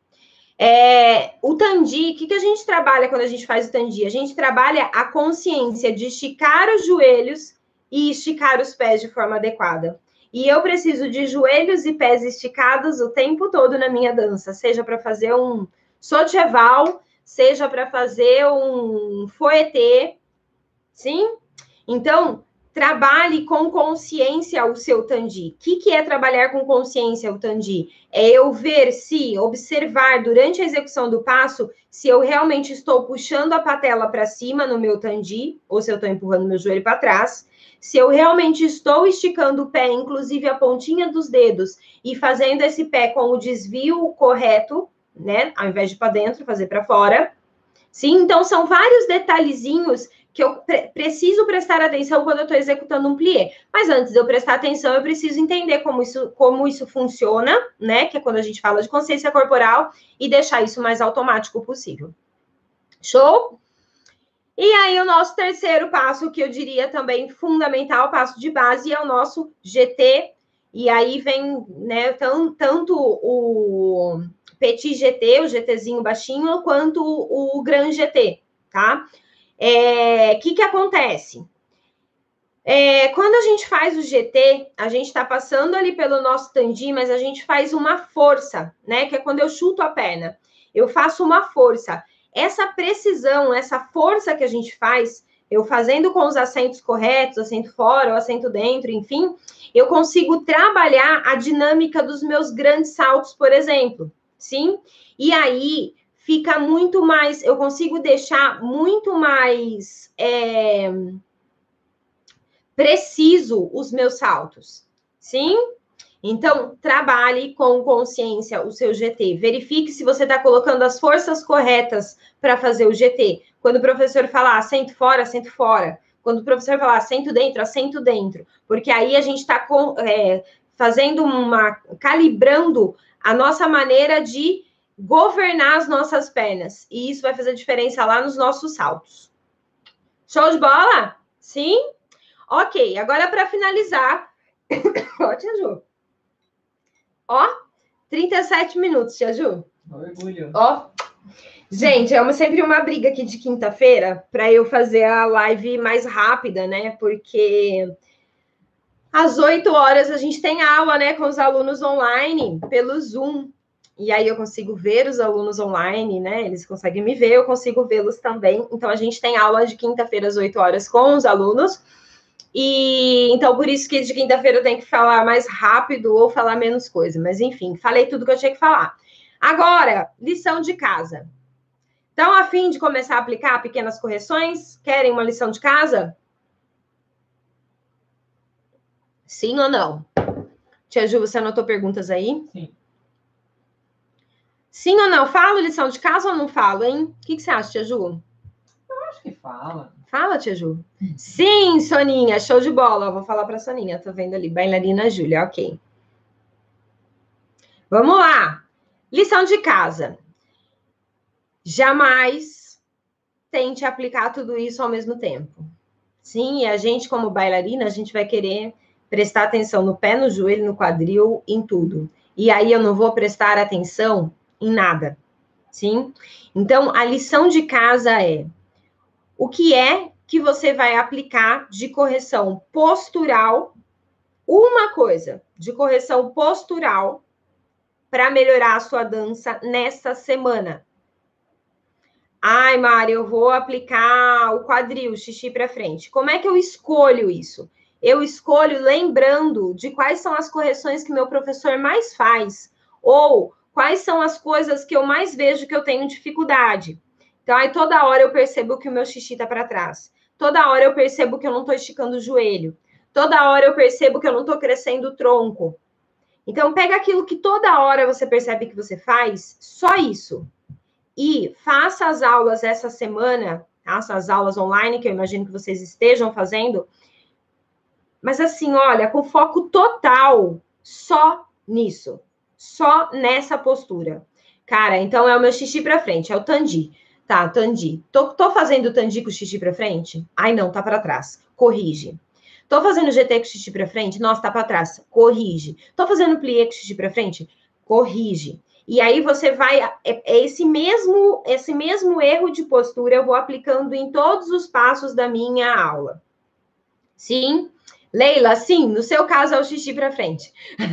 É, o tandi, o que, que a gente trabalha quando a gente faz o tandi? A gente trabalha a consciência de esticar os joelhos e esticar os pés de forma adequada. E eu preciso de joelhos e pés esticados o tempo todo na minha dança, seja para fazer um saut cheval, seja para fazer um fouetté, sim? Então, trabalhe com consciência o seu tandi. O que, que é trabalhar com consciência o tandi? É eu ver se, observar durante a execução do passo, se eu realmente estou puxando a patela para cima no meu tandi, ou se eu estou empurrando meu joelho para trás, se eu realmente estou esticando o pé, inclusive a pontinha dos dedos, e fazendo esse pé com o desvio correto, né? Ao invés de para dentro, fazer para fora. Sim, então são vários detalhezinhos que eu pre preciso prestar atenção quando eu estou executando um plié. Mas antes de eu prestar atenção, eu preciso entender como isso, como isso funciona, né? Que é quando a gente fala de consciência corporal, e deixar isso o mais automático possível. Show? E aí, o nosso terceiro passo, que eu diria também fundamental, passo de base, é o nosso G T. E aí vem, né, tão, tanto o Petit G T, o GTzinho baixinho, quanto o Grand G T, tá? O é, que que acontece? É, quando a gente faz o G T, a gente tá passando ali pelo nosso tandi, mas a gente faz uma força, né? Que é quando eu chuto a perna. Eu faço uma força. Essa precisão, essa força que a gente faz, eu fazendo com os acentos corretos, acento fora, ou acento dentro, enfim, eu consigo trabalhar a dinâmica dos meus grandes saltos, por exemplo, sim? E aí fica muito mais, eu consigo deixar muito mais é, preciso os meus saltos, sim? Então, trabalhe com consciência o seu G T. Verifique se você está colocando as forças corretas para fazer o G T. Quando o professor falar acento fora, acento fora. Quando o professor falar acento dentro, acento dentro. Porque aí a gente está é, fazendo uma... calibrando a nossa maneira de governar as nossas pernas. E isso vai fazer diferença lá nos nossos saltos. Show de bola? Sim? Ok, agora para finalizar... Ó, Tia Ju. Ó, trinta e sete minutos, Tia Ju. Orgulho. Ó. Gente, é uma, sempre uma briga aqui de quinta-feira para eu fazer a live mais rápida, né? Porque às oito horas a gente tem aula, né, com os alunos online pelo Zoom. E aí eu consigo ver os alunos online, né? Eles conseguem me ver, eu consigo vê-los também. Então a gente tem aula de quinta-feira às oito horas com os alunos. E então, por isso que de quinta-feira eu tenho que falar mais rápido ou falar menos coisa. Mas, enfim, falei tudo que eu tinha que falar. Agora, lição de casa. Estão a fim de começar a aplicar pequenas correções? Querem uma lição de casa? Sim ou não? Tia Ju, você anotou perguntas aí? Sim. Sim ou não? Falo lição de casa ou não falo, hein? O que, que você acha, Tia Ju? Eu acho que fala. Fala, Tia Ju. Sim, Soninha, show de bola. Vou falar para Soninha, tô vendo ali, bailarina Júlia, ok. Vamos lá. Lição de casa. Jamais tente aplicar tudo isso ao mesmo tempo. Sim, e a gente, como bailarina, a gente vai querer prestar atenção no pé, no joelho, no quadril, em tudo. E aí eu não vou prestar atenção em nada. Sim? Então, a lição de casa é: o que é que você vai aplicar de correção postural? Uma coisa de correção postural para melhorar a sua dança nessa semana. Ai, Mari, eu vou aplicar o quadril, xixi para frente. Como é que eu escolho isso? Eu escolho lembrando de quais são as correções que meu professor mais faz, ou quais são as coisas que eu mais vejo que eu tenho dificuldade. Então, aí toda hora eu percebo que o meu xixi tá para trás. Toda hora eu percebo que eu não tô esticando o joelho. Toda hora eu percebo que eu não tô crescendo o tronco. Então, pega aquilo que toda hora você percebe que você faz, só isso. E faça as aulas essa semana, faça as aulas online, que eu imagino que vocês estejam fazendo. Mas assim, olha, com foco total só nisso. Só nessa postura. Cara, então é o meu xixi para frente, é o tandi. Tá, tandi. Tô, tô fazendo tandi com xixi para frente? Ai, não, tá para trás. Corrige. Tô fazendo G T com xixi para frente? Nossa, tá para trás. Corrige. Tô fazendo plié com xixi para frente? Corrige. E aí você vai... É esse mesmo, esse mesmo erro de postura eu vou aplicando em todos os passos da minha aula. Sim? Leila, sim, no seu caso é o xixi para frente.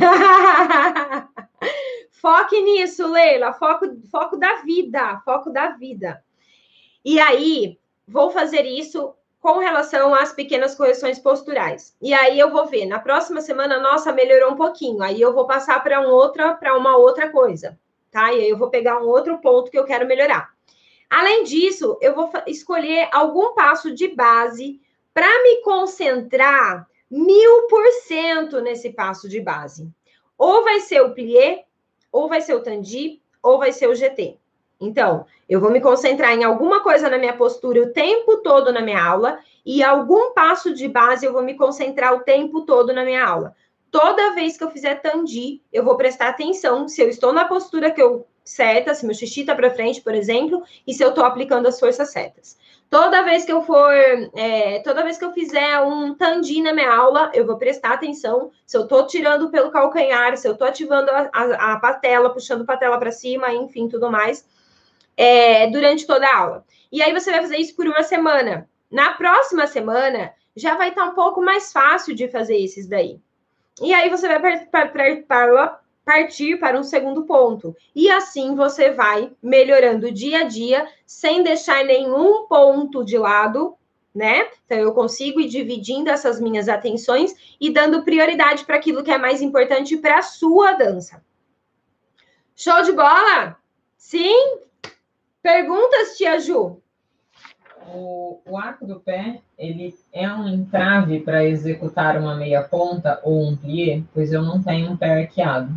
Foque nisso, Leila, foco, foco da vida, foco da vida. E aí, vou fazer isso com relação às pequenas correções posturais. E aí eu vou ver, na próxima semana, nossa, melhorou um pouquinho. Aí eu vou passar para um outra, para uma outra coisa, tá? E aí eu vou pegar um outro ponto que eu quero melhorar. Além disso, eu vou escolher algum passo de base para me concentrar mil por cento nesse passo de base. Ou vai ser o plié, ou vai ser o tandi, ou vai ser o G T. Então, eu vou me concentrar em alguma coisa na minha postura o tempo todo na minha aula e algum passo de base eu vou me concentrar o tempo todo na minha aula. Toda vez que eu fizer tandi, eu vou prestar atenção se eu estou na postura que eu certa, se meu xixi está para frente, por exemplo, e se eu estou aplicando as forças certas. Toda vez que eu for, é, toda vez que eu fizer um tandi na minha aula, eu vou prestar atenção se eu estou tirando pelo calcanhar, se eu estou ativando a, a, a patela, puxando a patela para cima, enfim, tudo mais, é, durante toda a aula. E aí você vai fazer isso por uma semana. Na próxima semana, já vai estar um pouco mais fácil de fazer esses daí. E aí você vai para para partir para um segundo ponto. E assim você vai melhorando dia a dia, sem deixar nenhum ponto de lado, né? Então, eu consigo ir dividindo essas minhas atenções e dando prioridade para aquilo que é mais importante para a sua dança. Show de bola? Sim? Perguntas, tia Ju? O, o arco do pé, ele é um entrave para executar uma meia ponta ou um plié? Pois eu não tenho um pé arqueado.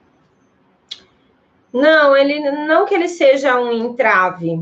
Não, ele não que ele seja um entrave.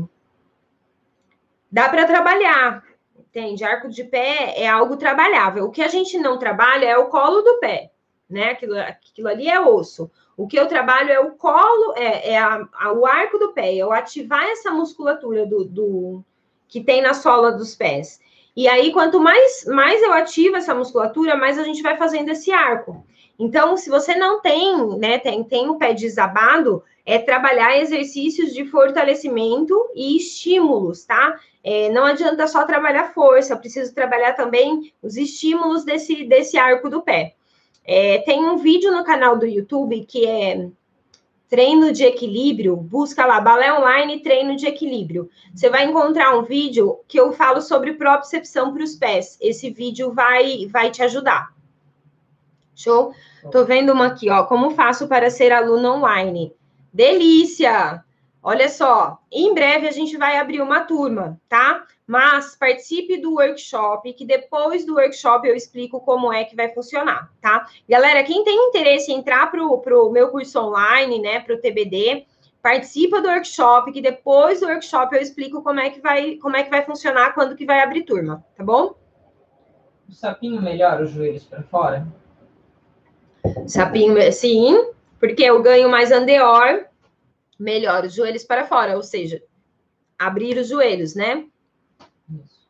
Dá para trabalhar, entende? Arco de pé é algo trabalhável. O que a gente não trabalha é o colo do pé, né? Aquilo, aquilo ali é osso. O que eu trabalho é o colo, é, é a, a, o arco do pé, eu ativar essa musculatura do, do que tem na sola dos pés. E aí, quanto mais, mais eu ativo essa musculatura, mais a gente vai fazendo esse arco. Então, se você não tem, né, tem, tem o pé desabado, é trabalhar exercícios de fortalecimento e estímulos, tá? É, não adianta só trabalhar força, eu preciso trabalhar também os estímulos desse, desse arco do pé. É, tem um vídeo no canal do YouTube que é treino de equilíbrio, busca lá, balé online treino de equilíbrio. Você vai encontrar um vídeo que eu falo sobre propriocepção para os pés. Esse vídeo vai, vai te ajudar. Show? Tô vendo uma aqui, ó. Como faço para ser aluna online? Delícia! Olha só, em breve a gente vai abrir uma turma, tá? Mas participe do workshop, que depois do workshop eu explico como é que vai funcionar, tá? Galera, quem tem interesse em entrar pro, pro meu curso online, né, pro T B D, participa do workshop, que depois do workshop eu explico como é que vai, como é que vai funcionar, quando que vai abrir turma, tá bom? O sapinho melhora os joelhos para fora? Sapinho, sim, porque eu ganho mais andeor, melhor os joelhos para fora, ou seja, abrir os joelhos, né? Isso.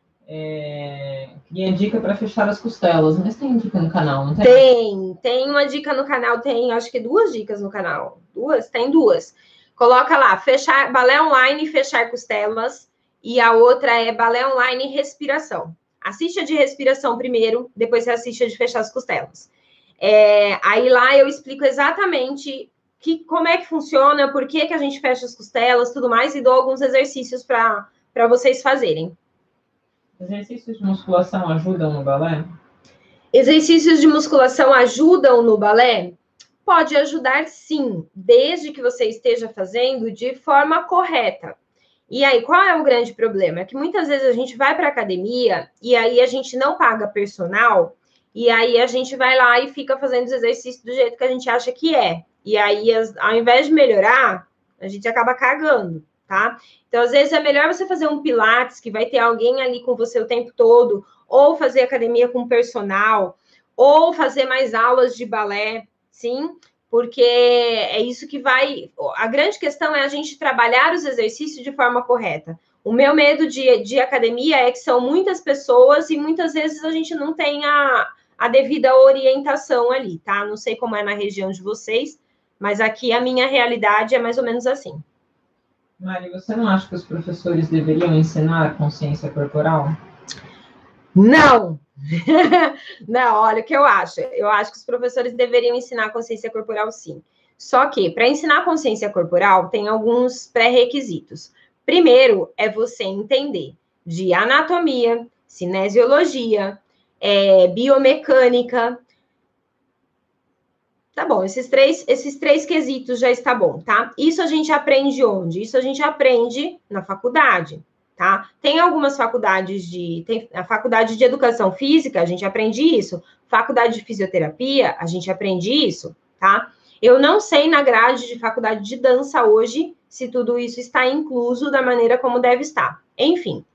É... Queria dica para fechar as costelas, mas tem dica no canal, não tem? Tem, tem uma dica no canal, tem acho que duas dicas no canal. Duas? Tem duas. Coloca lá, fechar, balé online, fechar costelas, e a outra é balé online respiração. Assiste a de respiração primeiro, depois você assiste a de fechar as costelas. É, aí lá eu explico exatamente que, como é que funciona, por que, que a gente fecha as costelas, tudo mais, e dou alguns exercícios para vocês fazerem. Exercícios de musculação ajudam no balé? Exercícios de musculação ajudam no balé? Pode ajudar sim, desde que você esteja fazendo de forma correta. E aí, qual é o grande problema? É que muitas vezes a gente vai para a academia e aí a gente não paga personal, e aí a gente vai lá e fica fazendo os exercícios do jeito que a gente acha que é. E aí, ao invés de melhorar, a gente acaba cagando, tá? Então, às vezes, é melhor você fazer um pilates, que vai ter alguém ali com você o tempo todo, ou fazer academia com personal, ou fazer mais aulas de balé, sim? Porque é isso que vai... A grande questão é a gente trabalhar os exercícios de forma correta. O meu medo de, de academia é que são muitas pessoas e muitas vezes a gente não tem a, a devida orientação ali, tá? Não sei como é na região de vocês, mas aqui a minha realidade é mais ou menos assim. Mari, você não acha que os professores deveriam ensinar consciência corporal? Não! Não, olha o que eu acho. Eu acho que os professores deveriam ensinar consciência corporal, sim. Só que, para ensinar consciência corporal, tem alguns pré-requisitos. Primeiro, é você entender de anatomia, cinesiologia, é, biomecânica. Tá bom, esses três, esses três quesitos já está bom, tá? Isso a gente aprende onde? Isso a gente aprende na faculdade, tá? Tem algumas faculdades de... Tem a faculdade de educação física, a gente aprende isso. Faculdade de fisioterapia, a gente aprende isso, tá? Eu não sei na grade de faculdade de dança hoje se tudo isso está incluso da maneira como deve estar. Enfim,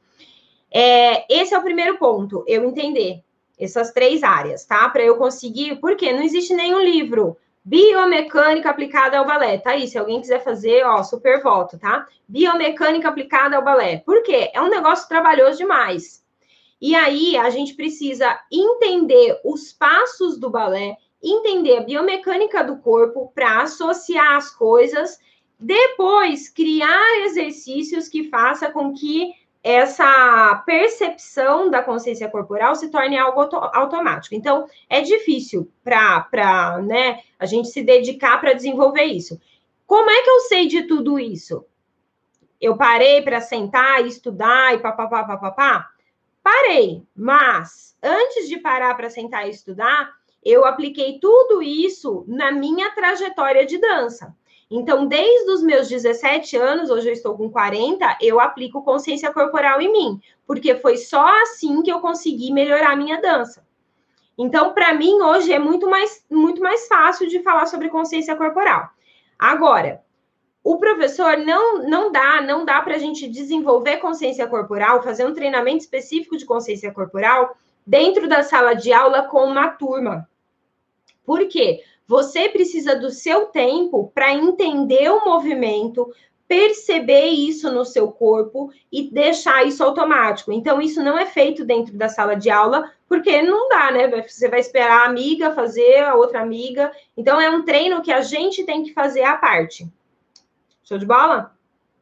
é, esse é o primeiro ponto, eu entender essas três áreas, tá? Para eu conseguir... Porque não existe nenhum livro biomecânica aplicada ao balé. Tá aí, se alguém quiser fazer, ó, super voto, tá? Biomecânica aplicada ao balé. Por quê? É um negócio trabalhoso demais. E aí, a gente precisa entender os passos do balé, entender a biomecânica do corpo para associar as coisas, depois criar exercícios que façam com que essa percepção da consciência corporal se torne algo auto automático. Então, é difícil para né, a gente se dedicar para desenvolver isso. Como é que eu sei de tudo isso? Eu parei para sentar e estudar e papapá, papapá? Parei, mas antes de parar para sentar e estudar, eu apliquei tudo isso na minha trajetória de dança. Então, desde os meus dezessete anos, hoje eu estou com quarenta, eu aplico consciência corporal em mim, porque foi só assim que eu consegui melhorar a minha dança. Então, para mim, hoje é muito mais, muito mais fácil de falar sobre consciência corporal. Agora, o professor não, não dá, não dá para a gente desenvolver consciência corporal, fazer um treinamento específico de consciência corporal dentro da sala de aula com uma turma. Por quê? Você precisa do seu tempo para entender o movimento, perceber isso no seu corpo e deixar isso automático. Então, isso não é feito dentro da sala de aula, porque não dá, né? Você vai esperar a amiga fazer, a outra amiga. Então, é um treino que a gente tem que fazer à parte. Show de bola?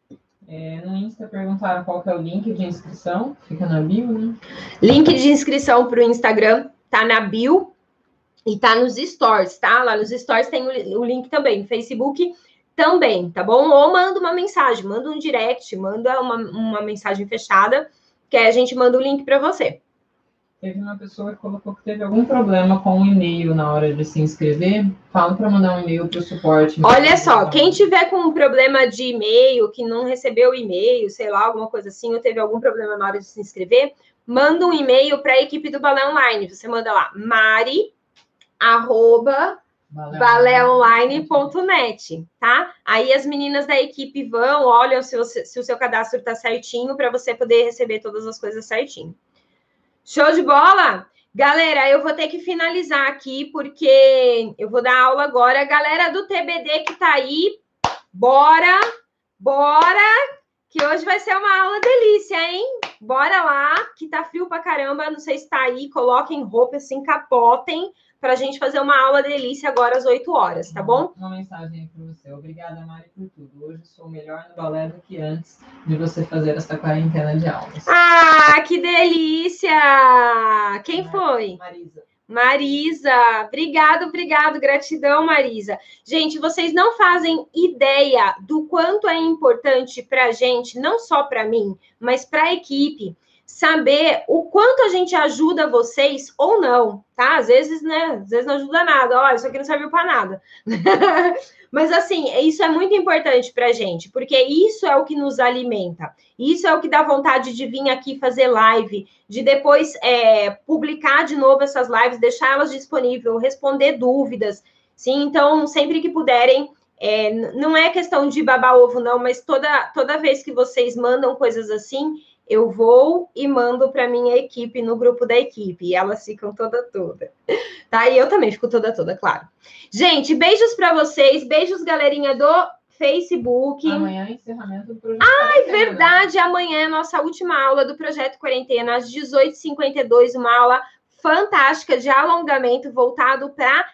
É, no Insta perguntaram qual que é o link de inscrição. Fica na bio, né? Link de inscrição para o Instagram tá na bio. E tá nos stories, tá? Lá nos stories tem o, o link também, no Facebook também, tá bom? Ou manda uma mensagem, manda um direct, manda uma, uma mensagem fechada, que aí a gente manda o link para você. Teve uma pessoa que colocou que teve algum problema com o e-mail na hora de se inscrever. Fala para mandar um e-mail para o suporte. Olha só, quem tiver com um problema de e-mail, que não recebeu o e-mail, sei lá, alguma coisa assim, ou teve algum problema na hora de se inscrever, manda um e-mail para a equipe do Balé Online. Você manda lá, Mari, arroba balé-online ponto net, tá? Aí as meninas da equipe vão, olham se, você, se o seu cadastro tá certinho para você poder receber todas as coisas certinho. Show de bola? Galera, eu vou ter que finalizar aqui, porque eu vou dar aula agora. Galera do T B D que tá aí, bora, bora, que hoje vai ser uma aula delícia, hein? Bora lá, que tá frio pra caramba, não sei se tá aí, coloquem roupa, se encapotem, para a gente fazer uma aula delícia agora às oito horas, tá bom? Uma mensagem aí para você. Obrigada, Mari, por tudo. Hoje sou melhor no balé do que antes de você fazer essa quarentena de aulas. Ah, que delícia! Quem Mar foi? Marisa. Marisa, obrigado, obrigado, gratidão, Marisa. Gente, vocês não fazem ideia do quanto é importante para a gente, não só para mim, mas para a equipe, saber o quanto a gente ajuda vocês ou não, tá? Às vezes, né? Às vezes não ajuda nada. Ó, isso aqui não serviu para nada. Mas, assim, isso é muito importante pra gente, porque isso é o que nos alimenta. Isso é o que dá vontade de vir aqui fazer live, de depois é, publicar de novo essas lives, deixar elas disponíveis, responder dúvidas, sim? Então, sempre que puderem, é, não é questão de babar ovo, não, mas toda, toda vez que vocês mandam coisas assim, eu vou e mando para minha equipe, no grupo da equipe, e elas ficam toda, toda. Tá? E eu também fico toda, toda, claro. Gente, beijos para vocês, beijos, galerinha do Facebook. Amanhã é encerramento do projeto. Ai, verdade, amanhã é a nossa última aula do Projeto Quarentena, às dezoito e cinquenta e dois, uma aula fantástica de alongamento voltado para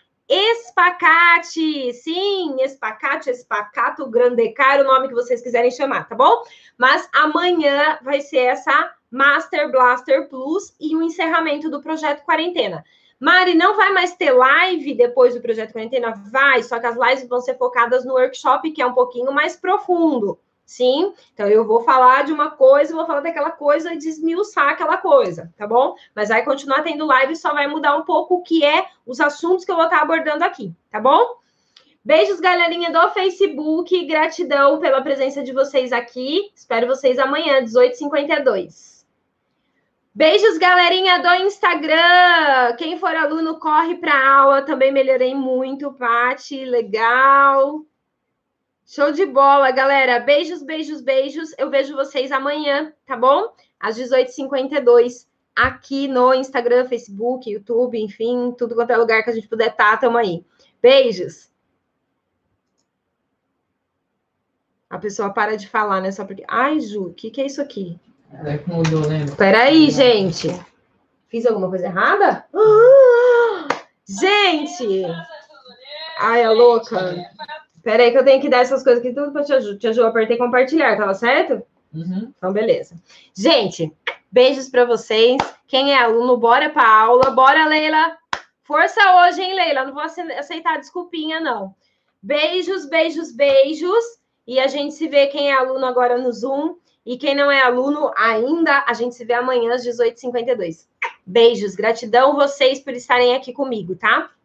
espacate. Sim, espacate, espacato, grande caro, o nome que vocês quiserem chamar, tá bom? Mas amanhã vai ser essa Master Blaster Plus e o encerramento do Projeto Quarentena. Mari, não vai mais ter live depois do Projeto Quarentena? Vai, só que as lives vão ser focadas no workshop, que é um pouquinho mais profundo, sim? Então, eu vou falar de uma coisa, vou falar daquela coisa e desmiuçar aquela coisa, tá bom? Mas vai continuar tendo live, só vai mudar um pouco o que é os assuntos que eu vou estar abordando aqui, tá bom? Beijos, galerinha do Facebook, gratidão pela presença de vocês aqui. Espero vocês amanhã, dezoito e cinquenta e dois. Beijos, galerinha do Instagram. Quem for aluno, corre para a aula. Também melhorei muito, Pati. Legal. Show de bola, galera. Beijos, beijos, beijos. Eu vejo vocês amanhã, tá bom? Às dezoito e cinquenta e dois, aqui no Instagram, Facebook, YouTube, enfim, tudo quanto é lugar que a gente puder estar, tamo aí. Beijos. A pessoa para de falar, né? Só porque... Ai, Ju, o que, que é isso aqui? É que mudou, né? Peraí, gente. Fiz alguma coisa errada? Ah, gente! Ai, é louca. Peraí que eu tenho que dar essas coisas aqui tudo para te ajudar. Te ajudar, apertei compartilhar, tava certo? Uhum. Então, beleza. Gente, beijos para vocês. Quem é aluno, bora para aula. Bora, Leila. Força hoje, hein, Leila? Não vou aceitar desculpinha, não. Beijos, beijos, beijos. E a gente se vê quem é aluno agora no Zoom. E quem não é aluno ainda, a gente se vê amanhã às dezoito e cinquenta e dois. Beijos, gratidão vocês por estarem aqui comigo, tá?